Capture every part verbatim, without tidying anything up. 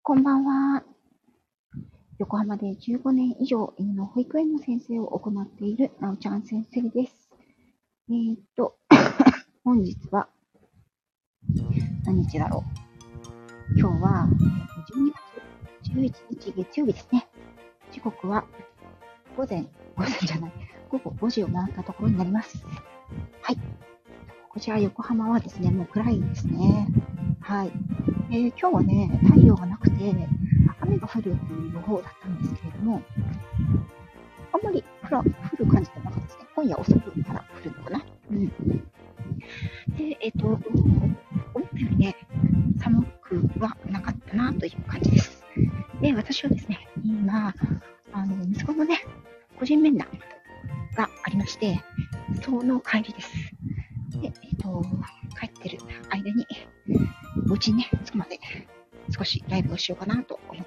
こんばんは。横浜でじゅうごねん以上犬の保育園の先生を行っているなおちゃん先生です。えーっと、本日は何日だろう。今日はじゅうにがつじゅういちにち月曜日ですね。時刻は午前、午前じゃない、午後ごじを回ったところになります。はい。こちら横浜はですね、もう暗いですね。はい。えー、今日はね、太陽がなくて、雨が降るという予報だったんですけれども、あんまり降る感じでなかったですね。今夜遅くから降るのかな。うん。で、えっ、ー、と、思ったよりね、寒くはなかったなという感じです。で、私はですね、今、あの、息子のね、個人面談がありまして、その帰りです。で、えっ、ー、と、帰ってる間に、お家にね、着くまで少しライブをしようかなと思って、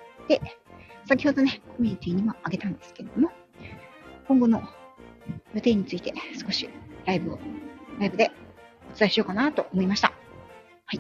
先ほどね、コミュニティにもあげたんですけれども、今後の予定について少しライブを、ライブでお伝えしようかなと思いました。はい。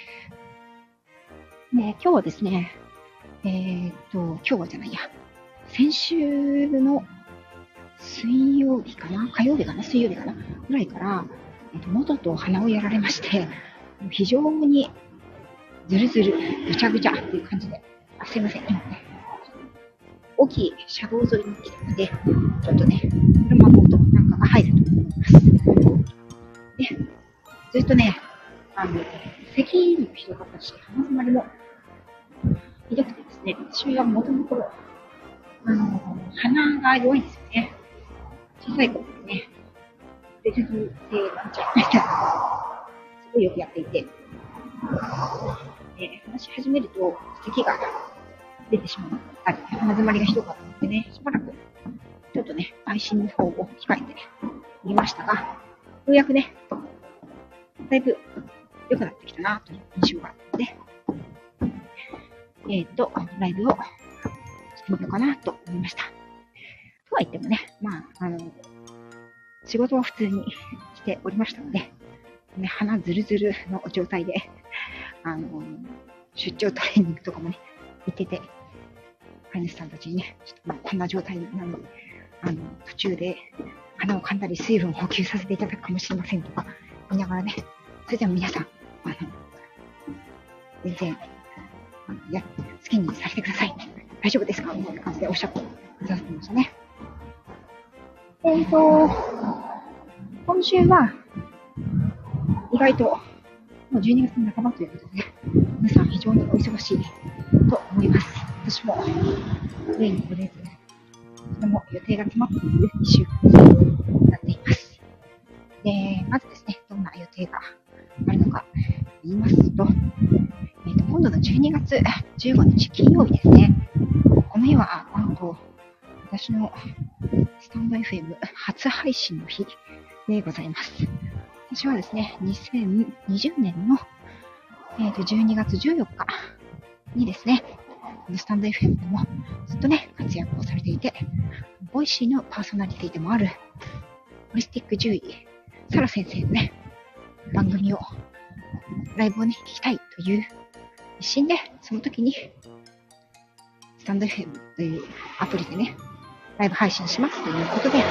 で、今日はですね、えー、っと、今日はじゃないや、先週の水曜日かな火曜日かな水曜日かなぐらいから、えっと、喉と鼻をやられまして、非常にずるずる、ぐちゃぐちゃっていう感じで、あ、すいません、今ね、大きい車道沿いに来たので、ちょっとね、車の音なんかが入ると思います。で、ずっとね、あの、咳もひどかったし、鼻詰まりもひどくてですね、私はもともと、あの、鼻が弱いんですよね。小さい頃からね、レジズ性なんちゃみたいな、すごいよくやっていて、で、話し始めると、咳が出てしまったり、鼻詰まりがひどかったのでね、しばらく、ちょっとね、配信の方を控えてみましたが、ようやくね、だいぶ良くなってきたなという印象があったので、えっと、ライブをしてみようかなと思いました。とは言ってもね、まあ、あの、仕事は普通にしておりましたので、ね、鼻ズルズルの状態で、あの、出張トレーニングとかもね、行ってて、飼い主さんたちにね、ちょっとまあこんな状態なので、あの、途中で鼻を噛んだり水分を補給させていただくかもしれませんとか言いながらね、それでも皆さん、あの、全然、あのや好きにさせてください。大丈夫ですかみたいな感じでおっしゃってくださってましたね。えーと、今週は、意外と、もうじゅうにがつの半ばということで、ね、皆さん非常にお忙しいと思います。私も、例に触れず、とても予定が詰まっているいっしゅうかんになっています。で、まずですね、どんな予定があるのか言いますと、えーと、今度のじゅうにがつじゅうごにち金曜日ですね。この日は、なんと、私のスタンド エフエム 初配信の日でございます。私はですね、にせんにじゅうねんの、えーとじゅうにがつじゅうよっかにですね、スタンド エフエム でもずっとね、活躍をされていて、ボイシーのパーソナリティでもある、ホリスティック獣医、サラ先生のね、番組を、ライブをね、聞きたいという一心で、その時に、スタンド エフエム というアプリでね、ライブ配信しますということで、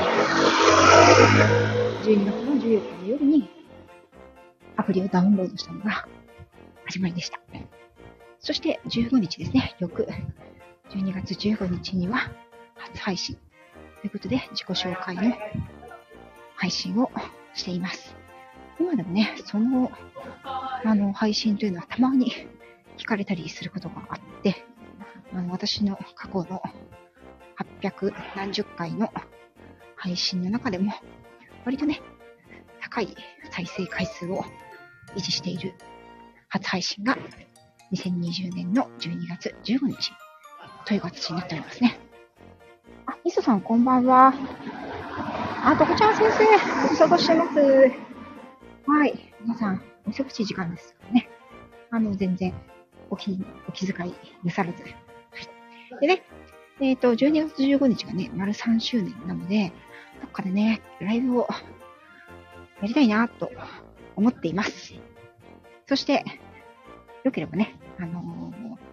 じゅうにがつのじゅうよっかの夜にアプリをダウンロードしたのが始まりでした。そしてじゅうごにちですね、翌じゅうにがつじゅうごにちには初配信ということで自己紹介の配信をしています。今でもね、そのあの配信というのはたまに聞かれたりすることがあって、あの私の過去のはっぴゃくなんじゅっかいの配信の中でも割とね、高い再生回数を維持している初配信がにせんにじゅうねんのじゅうにがつじゅうごにちという形になっておりますね。あ、みそさんこんばんは。あ、とこちゃん先生、ご無沙汰してます。はい、皆さんお忙しい時間ですからね。あの全然お気お気遣いなさらず。はい。でね、えっとじゅうにがつじゅうごにちがね丸さんしゅうねんなので、どっかでねライブをやりたいなと思っています。そしてよければね、あのー、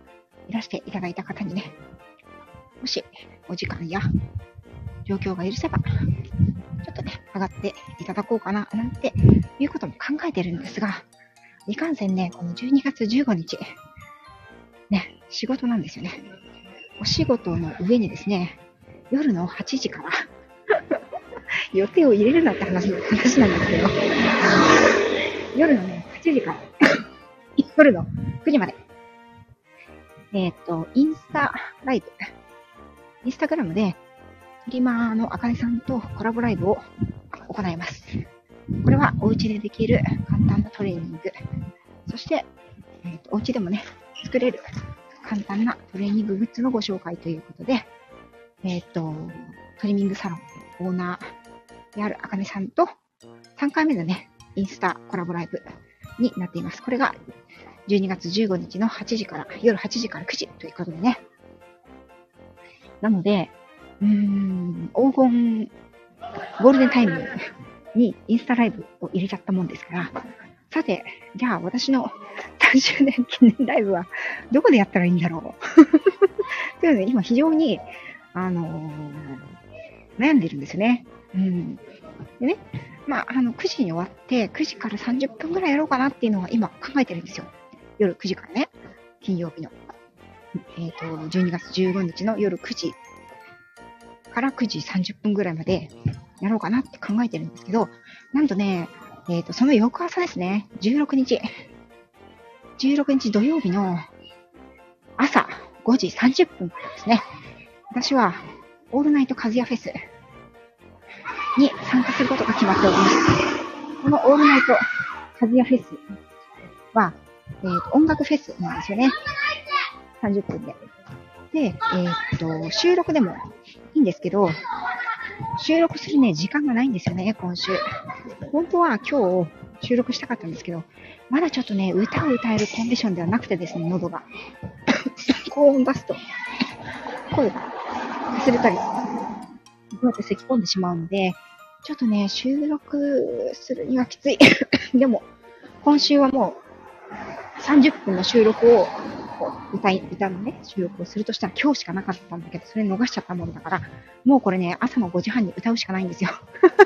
いらしていただいた方にね、もしお時間や状況が許せば、ちょっとね、上がっていただこうかな、なんていうことも考えてるんですが、いかんせんね、このじゅうにがつじゅうごにち、ね、仕事なんですよね。お仕事の上にですね、夜のはちじから予定を入れるなって話、話なんですけど、夜のね、はちじから夜のくじまで、えっと、インスタライブ、インスタグラムでトリマーのあかねさんとコラボライブを行います。これはお家でできる簡単なトレーニング、そして、えー、とお家でもね、作れる簡単なトレーニンググッズのご紹介ということで、えっと、トリミングサロンオーナーであるあかねさんとさんかいめのね、インスタコラボライブになっています。これがじゅうにがつじゅうごにちのはちじから、夜はちじからくじということでね。なので、うーん、黄金ゴールデンタイムにインスタライブを入れちゃったもんですから、さて、じゃあ私のさんしゅうねん記念ライブはどこでやったらいいんだろうというので、今非常に、あのー、悩んでるんですよね。うん。でね、まあ、あの、くじに終わって、くじからさんじゅっぷんぐらいやろうかなっていうのは今考えてるんですよ。夜くじからね、金曜日の、えっと、じゅうにがつじゅうごにちの夜くじからくじさんじゅっぷんぐらいまでやろうかなって考えてるんですけど、なんとね、えっと、その翌朝ですね、じゅうろくにち、じゅうろくにち土曜日の朝ごじさんじゅっぷんからですね、私はオールナイトカズヤフェスに参加することが決まっております。このオールナイトカズヤフェスは、えーと、音楽フェスなんですよね。さんじゅっぷんで。で、えっと、収録でもいいんですけど、収録するね、時間がないんですよね、今週。本当は今日収録したかったんですけど、まだちょっとね、歌を歌えるコンディションではなくてですね、喉が。高音出すと、声がかすれたり、こうやって咳き込んでしまうので、ちょっとね、収録するにはきつい。でも、今週はもうさんじゅっぷんの収録を、歌い、歌のね、収録をするとしたら今日しかなかったんだけど、それ逃しちゃったもんだから、もうこれね、朝のごじはんに歌うしかないんですよ。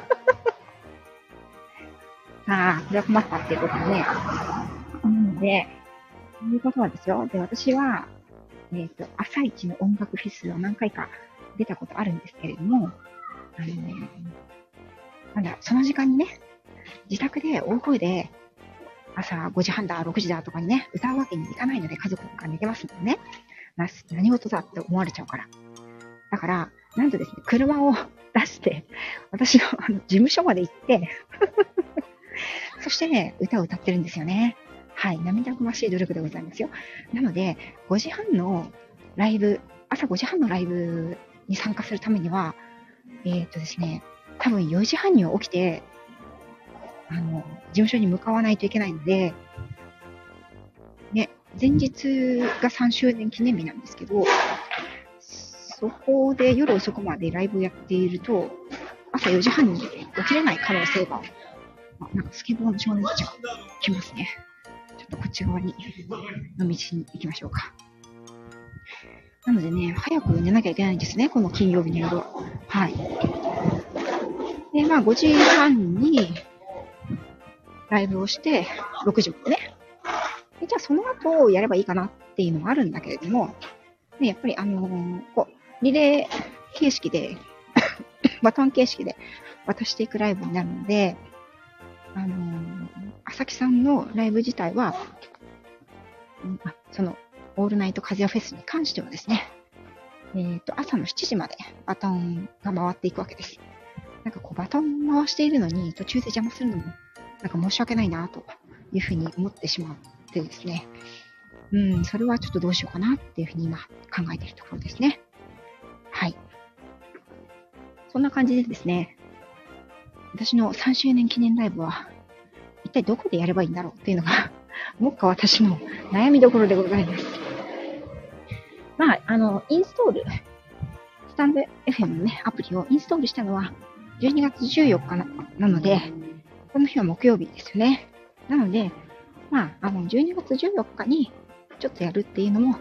ああ、これは困ったっていうことでね。なので、そういうことはですよ。で、私は、えっと、朝一の音楽フェスは何回か出たことあるんですけれども、あのー、なんだ、その時間にね、自宅で大声で、朝ごじはんだ、ろくじだとかにね、歌うわけにいかないので、家族が寝てますのでね、何事だって思われちゃうから。だから、なんとですね、車を出して、私のあの事務所まで行って、そしてね、歌を歌ってるんですよね。はい、涙ぐましい努力でございますよ。なので、ごじはんのライブ、朝ごじはんのライブに参加するためには、えっとですね、多分よじはんには起きて、あの、事務所に向かわないといけないので、ね、前日がさんしゅうねん記念日なんですけど、そこで夜遅くまでライブをやっていると、朝よじはんに起きれない可能性が、あ、なんかスケボーの少年たちが来ますね。ちょっとこっち側に、の道に行きましょうか。なのでね、早く寝なきゃいけないんですね、この金曜日の夜は。はい。で、まあごじはんにライブをして、ろくじまでね。でじゃあその後やればいいかなっていうのもあるんだけれども、ね、やっぱりあのー、こう、リレー形式で、バトン形式で渡していくライブになるので、あのー、朝木さんのライブ自体は、うん、あその、オールナイトカズヤフェスに関してはですね、えっと、朝のしちじまでバトンが回っていくわけです。なんかこう、バトン回しているのに途中で邪魔するのも、なんか申し訳ないなというふうに思ってしまってですね、うん、それはちょっとどうしようかなっていうふうに今考えているところですね。はい。そんな感じでですね、私のさんしゅうねん記念ライブは一体どこでやればいいんだろうっていうのが、もっか私の悩みどころでございます。まあ、あの、インストール、スタンド エフエム のね、アプリをインストールしたのはじゅうにがつじゅうよっか な, なので、この日は木曜日ですよね。なので、まあ、あの、じゅうにがつじゅうよっかにちょっとやるっていうのも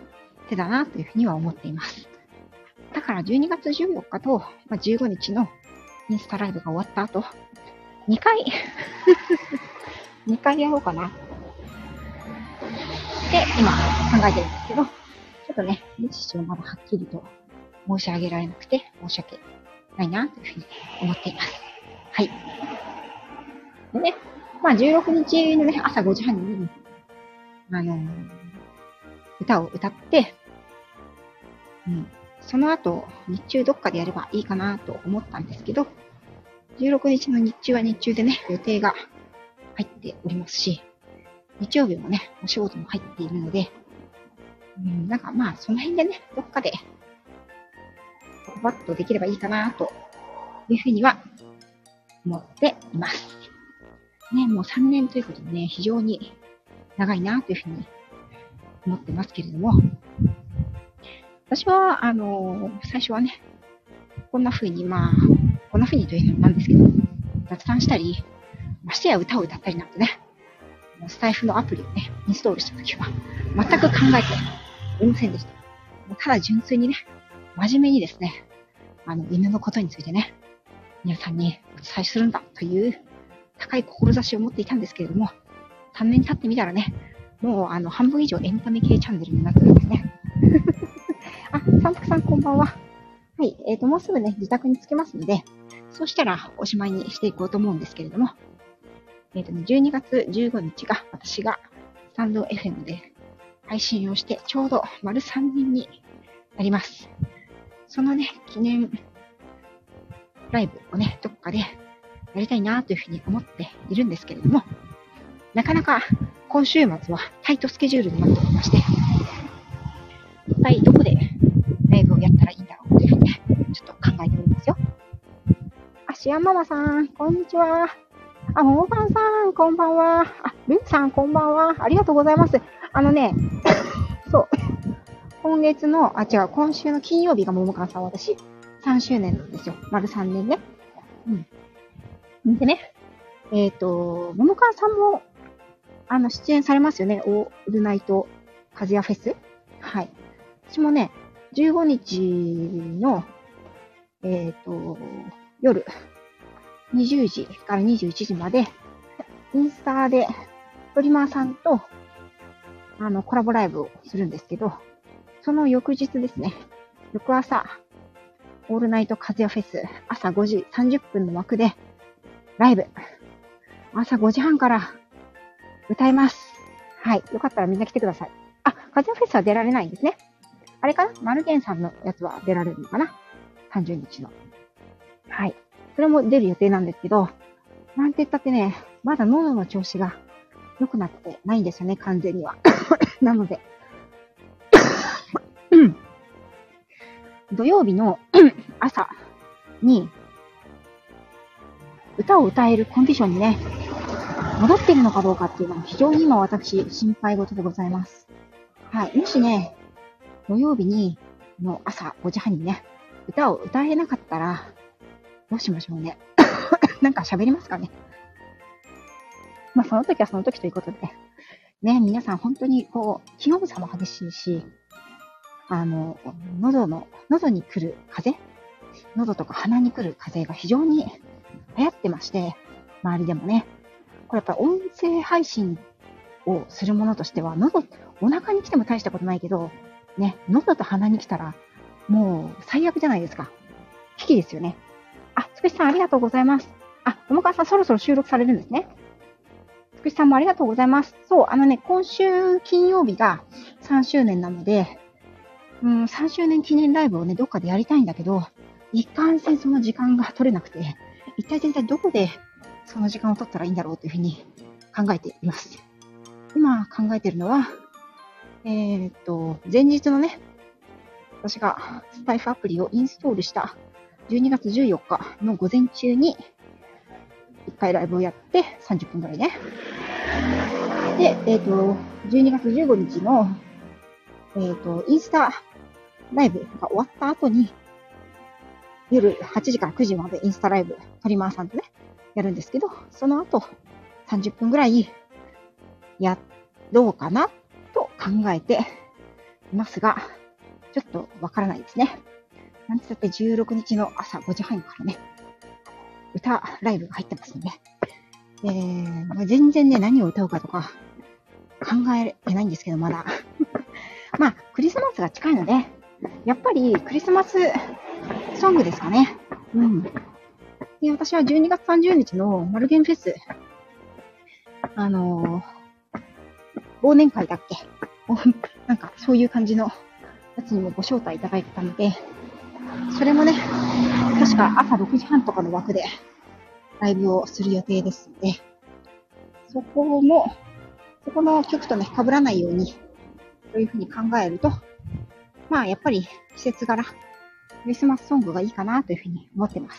手だなというふうには思っています。だからじゅうにがつじゅうよっかとじゅうごにちのインスタライブが終わった後、にかい、にかいやろうかな。で、今考えてるんですけど、ちょっとね、日時をまだはっきりと申し上げられなくて申し訳ないなというふうに思っています。はい。でね、まあじゅうろくにちのね、朝ごじはんに、あのー、歌を歌って、うん、その後、日中どっかでやればいいかなと思ったんですけど、じゅうろくにちの日中は日中でね、予定が入っておりますし、日曜日もね、お仕事も入っているので、うん、なんかまあ、その辺でね、どっかで、バッとできればいいかなというふうには思っています。ね、もうさんねんということでね、非常に長いなというふうに思ってますけれども、私は、あのー、最初はね、こんな風に、まあ、こんな風にというのなんですけど、雑談したり、ましてや歌を歌ったりなんてね、スタイフのアプリをね、インストールしたときは、全く考えておりませんでした。ただ純粋にね、真面目にですね、あの、犬のことについてね、皆さんにお伝えするんだという高い志を持っていたんですけれども、さんねん経ってみたらね、もうあの、半分以上エンタメ系チャンネルになってるんですね。あ、三福さんこんばんは。はい、えっと、もうすぐね、自宅に着けますので、そうしたらおしまいにしていこうと思うんですけれども、えっとね、じゅうにがつじゅうごにちが私がスタンド エフエム で配信をしてちょうど丸さんねんになります。そのね、記念ライブをね、どっかでやりたいなというふうに思っているんですけれども、なかなか今週末はタイトスケジュールになっておりまして、一体どこでライブをやったらいいんだろうというふうにね、ちょっと考えておりますよ。あ、シアンママさん、こんにちは。あ、ももパンさん、こんばんは。あ、ルンさん、こんばんは。ありがとうございます。あのね、そう、今月の、あ、違う、今週の金曜日がももかんさん、私、さんしゅうねんなんですよ。丸さんねんね。うん。でね、えっと、ももかんさんも、あの、出演されますよね。オールナイトカズヤフェス。はい。私もね、じゅうごにちの、えっと、夜、にじゅうじからにじゅういちじまで、インスタで、トリマーさんと、あの、コラボライブをするんですけど、その翌日ですね、翌朝、オールナイトカズヤフェス、朝ごじさんじゅっぷんの枠で、ライブ、朝ごじはんから歌います。はい。よかったらみんな来てください。あ、カズヤフェスは出られないんですね。あれかなマルゲンさんのやつは出られるのかな ?さんじゅうにちの。はい。それも出る予定なんですけど、なんて言ったってね、まだ喉の調子が良くなってないんですよね、完全には。なので、土曜日の朝に歌を歌えるコンディションにね、戻っているのかどうかっていうのは非常に今私心配事でございます。はい。もしね、土曜日にの朝ごじはんにね、歌を歌えなかったら、どうしましょうね。なんか喋りますかね。まあその時はその時ということで、ね、皆さん本当にこう、気温差も激しいし、あの、喉の、喉に来る風喉とか鼻に来る風邪が非常に流行ってまして、周りでもね。これやっぱ音声配信をするものとしては、喉、お腹に来ても大したことないけど、ね、喉と鼻に来たら、もう最悪じゃないですか。危機ですよね。あ、つくしさんありがとうございます。あ、ともかさんそろそろ収録されるんですね。つくしさんもありがとうございます。そう、あのね、今週金曜日がさんしゅうねんなので、うん、さんしゅうねん記念ライブをね、どっかでやりたいんだけど、一貫性その時間が取れなくて、一体全体どこでその時間を取ったらいいんだろうというふうに考えています。今考えているのは、えー、っと、前日のね、私がスタイフアプリをインストールしたじゅうにがつじゅうよっかの午前中に一回ライブをやってさんじゅっぷんぐらいね。で、えー、っと、じゅうにがつじゅうごにちの、えー、っと、インスタライブが終わった後に、夜はちじからくじまでインスタライブ、トリマーさんとね、やるんですけど、その後さんじゅっぷんぐらいやろうかなと考えていますが、 ちょっとわからないですね。なんつってじゅうろくにちの朝ごじはんからね、歌ライブが入ってますので、えーまあ、全然ね、何を歌うかとか考えてないんですけど、まだ。まあ、クリスマスが近いので、やっぱりクリスマスソングですかね。うん。で、私はじゅうにがつさんじゅうにちのマルゲンフェス、あのー、忘年会だっけなんか、そういう感じのやつにもご招待いただいてたので、それもね、確か朝ろくじはんとかの枠でライブをする予定ですので、そこも、そこの曲とね、被らないように、というふうに考えると、まあ、やっぱり季節柄、クリスマスソングがいいかなというふうに思ってます。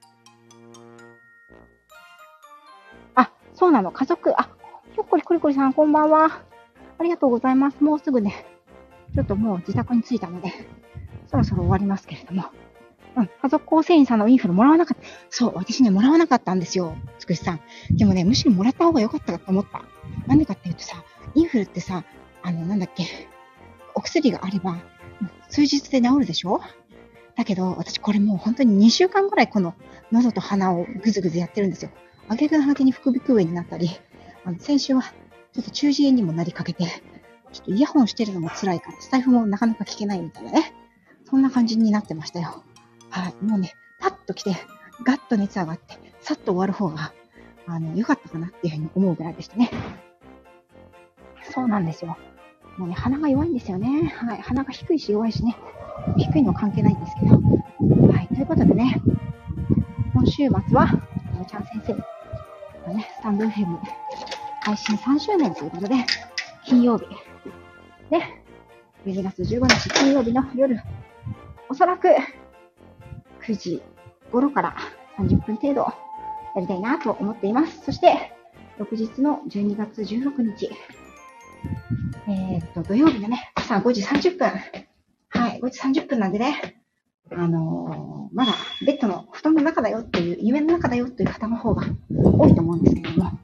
あ、そうなの、家族、あ、ひょっこりこりこりさん、こんばんは。ありがとうございます。もうすぐね、ちょっともう自宅に着いたので、そろそろ終わりますけれども。うん、家族構成員さんのインフルもらわなかった。そう、私ね、もらわなかったんですよ。つくしさん。でもね、むしろもらった方が良かったかと思った。なんでかっていうとさ、インフルってさ、あの、なんだっけ、お薬があれば、数日で治るでしょ？だけど、私これもう本当ににしゅうかんぐらいこの喉と鼻をぐずぐずやってるんですよ。あげくの果てに副鼻腔炎になったり、あの先週はちょっと中耳炎にもなりかけて、ちょっとイヤホンしてるのも辛いから、スタイフもなかなか聞けないみたいなね。そんな感じになってましたよ。はい。もうね、パッと来て、ガッと熱上がって、さっと終わる方が、あの、良かったかなっていうふうに思うぐらいでしたね。そうなんですよ。もうね、鼻が弱いんですよね。はい。鼻が低いし弱いしね。低いのは関係ないんですけど。はい。ということでね、今週末は、のちゃん先生のね、スタンド エフエム 配信さんしゅうねんということで、金曜日、ね、じゅうにがつじゅうごにち金曜日の夜、おそらくくじ頃からさんじゅっぷん程度やりたいなと思っています。そして、翌日のじゅうにがつじゅうろくにち、えー、っと、土曜日のね、朝ごじさんじゅっぷん。はい、ごじさんじゅっぷんなんでね、あのー、まだベッドの布団の中だよっていう、夢の中だよっていう方の方が多いと思うんですけれども、はい、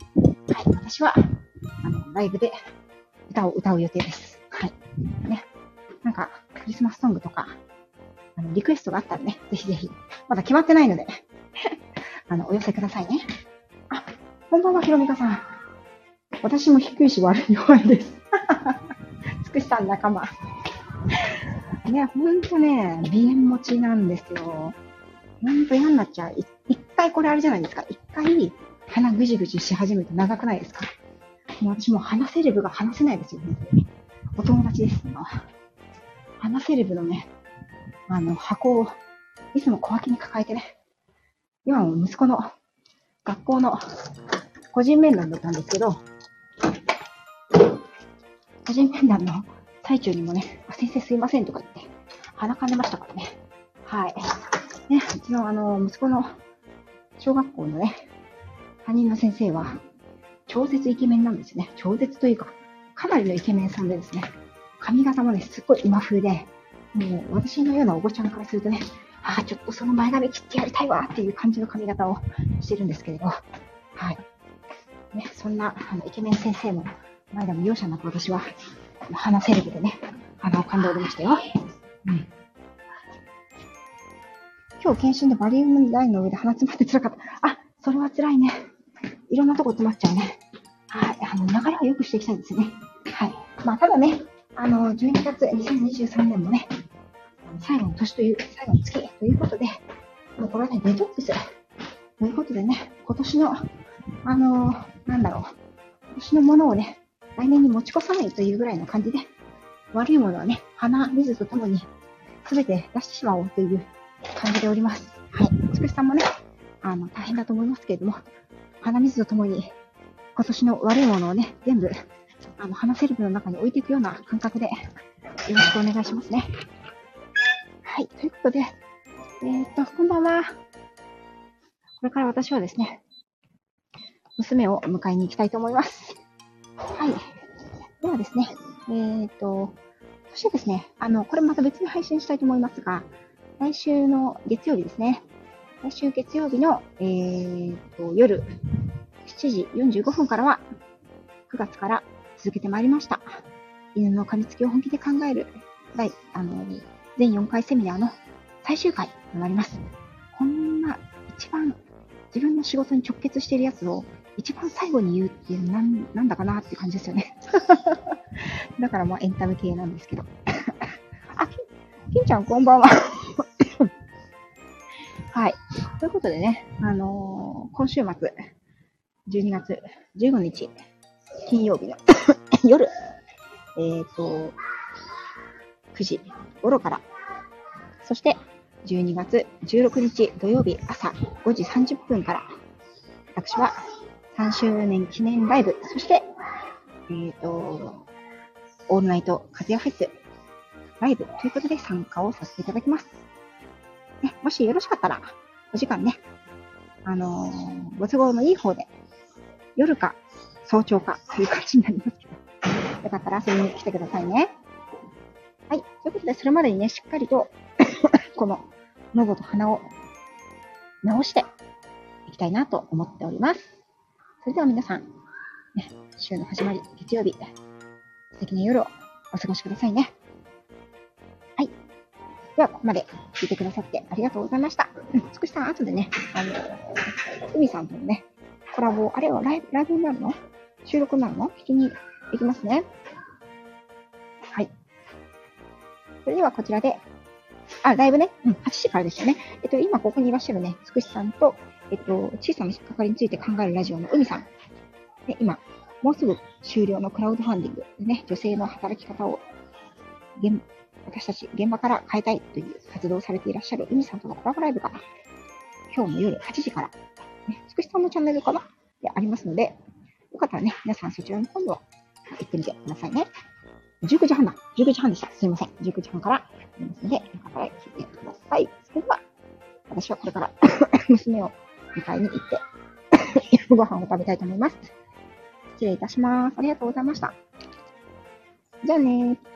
私は、あの、ライブで歌を歌う予定です。はい。ね。なんか、クリスマスソングとか、あの、リクエストがあったらね、ぜひぜひ、まだ決まってないので、あの、お寄せくださいね。あ、こんばんは、ひろみかさん。私も低いし悪い弱いです。つくしさん仲間。ね、ほんとね、鼻炎持ちなんですよ。ほんと嫌になっちゃう。一回これあれじゃないですか。一回鼻ぐじぐじし始めて長くないですか？もう私もう鼻セレブが話せないですよ、本当に。お友達です。鼻セレブのね、あの、箱をいつも小脇に抱えてね、今も息子の学校の個人面談だったんですけど、個人面談の最中にもね、先生すいませんとか言って、鼻かんでましたからね。はい。ね、うちのあの、息子の小学校のね、担任の先生は、超絶イケメンなんですよね。超絶というか、かなりのイケメンさんでですね、髪型もね、すっごい今風で、もう私のようなお子ちゃんからするとね、ああ、ちょっとその前髪切ってやりたいわっていう感じの髪型をしてるんですけれど、はい。ね、そんなあのイケメン先生の前でも容赦なく私は、鼻セレブでね、鼻をかんでおりましたよ。うん。今日検診でバリウムラインの上で鼻詰まって辛かった。あ、それは辛いね。いろんなとこ詰まっちゃうね。はい。あの、流れを良くしていきたいですね。はい。まあ、ただね、あの、じゅうにがつにせんにじゅうさんねんもね、最後の年という、最後の月ということで、もうこれはね、デトックス。ということでね、今年の、あのー、なんだろう、今年のものをね、来年に持ち越さないというぐらいの感じで、悪いものはね、鼻水とともに全て出してしまおうという感じでおります。はい。つくしさんもね、あの、大変だと思いますけれども、鼻水とともに、今年の悪いものをね、全部、あの、鼻セレブの中に置いていくような感覚で、よろしくお願いしますね。はい。ということで、えー、っと、こんばんは。これから私はですね、娘を迎えに行きたいと思います。はい。ではですね、えー、っと、そしてですね、あの、これまた別に配信したいと思いますが、来週の月曜日ですね、来週月曜日の、えー、っと、夜しちじよんじゅうごふんからは、くがつから続けてまいりました。犬の噛みつきを本気で考える第、あの、全よんかいセミナーの最終回となります。こんな一番自分の仕事に直結しているやつを一番最後に言うっていうなん、なんだかなって感じですよね。だからまあエンタメ系なんですけど。あ、きんちゃんこんばんは。はい。ということでね、あのー、今週末、じゅうにがつじゅうごにち、金曜日の夜、えっと、くじ頃から、そしてじゅうにがつじゅうろくにち土曜日朝ごじさんじゅっぷんから、私はさんしゅうねん記念ライブ、そして、えっと、オールナイトカズヤフェスライブということで参加をさせていただきます。ね、もしよろしかったら、お時間ね、あのー、ご都合のいい方で、夜か早朝かという感じになりますけど、よかったら遊びに来てくださいね。はい。ということで、それまでにね、しっかりと、この喉と鼻を治していきたいなと思っております。それでは皆さん、ね、週の始まり、月曜日、素敵な夜をお過ごしくださいね。はい。では、ここまで聞いてくださってありがとうございました。うん、つくしさん、後でね、あの、海さんとのね、コラボ、あれはライブ、ライブになるの？収録になるの？聞きに行きますね。はい。それではこちらで、あ、ライブね、うん、はちじからでしたね。えっと、今ここにいらっしゃるね、つくしさんと、えっと、小さな引っかかりについて考えるラジオの海さん。で、今、もうすぐ終了のクラウドファンディングでね、女性の働き方を、現私たち現場から変えたいという活動をされていらっしゃる海さんとのコラボライブが、今日の夜はちじから、ね、つくしさんのチャンネルかなでありますので、よかったらね、皆さんそちらの方には行ってみてくださいね。じゅうくじはんだ。じゅうくじはんでした。すいません。じゅうくじはんからありますので、よかったら聞いてください。それでは、私はこれから娘を迎えに行って、夜ご飯を食べたいと思います。失礼いたします。ありがとうございました。じゃあねー。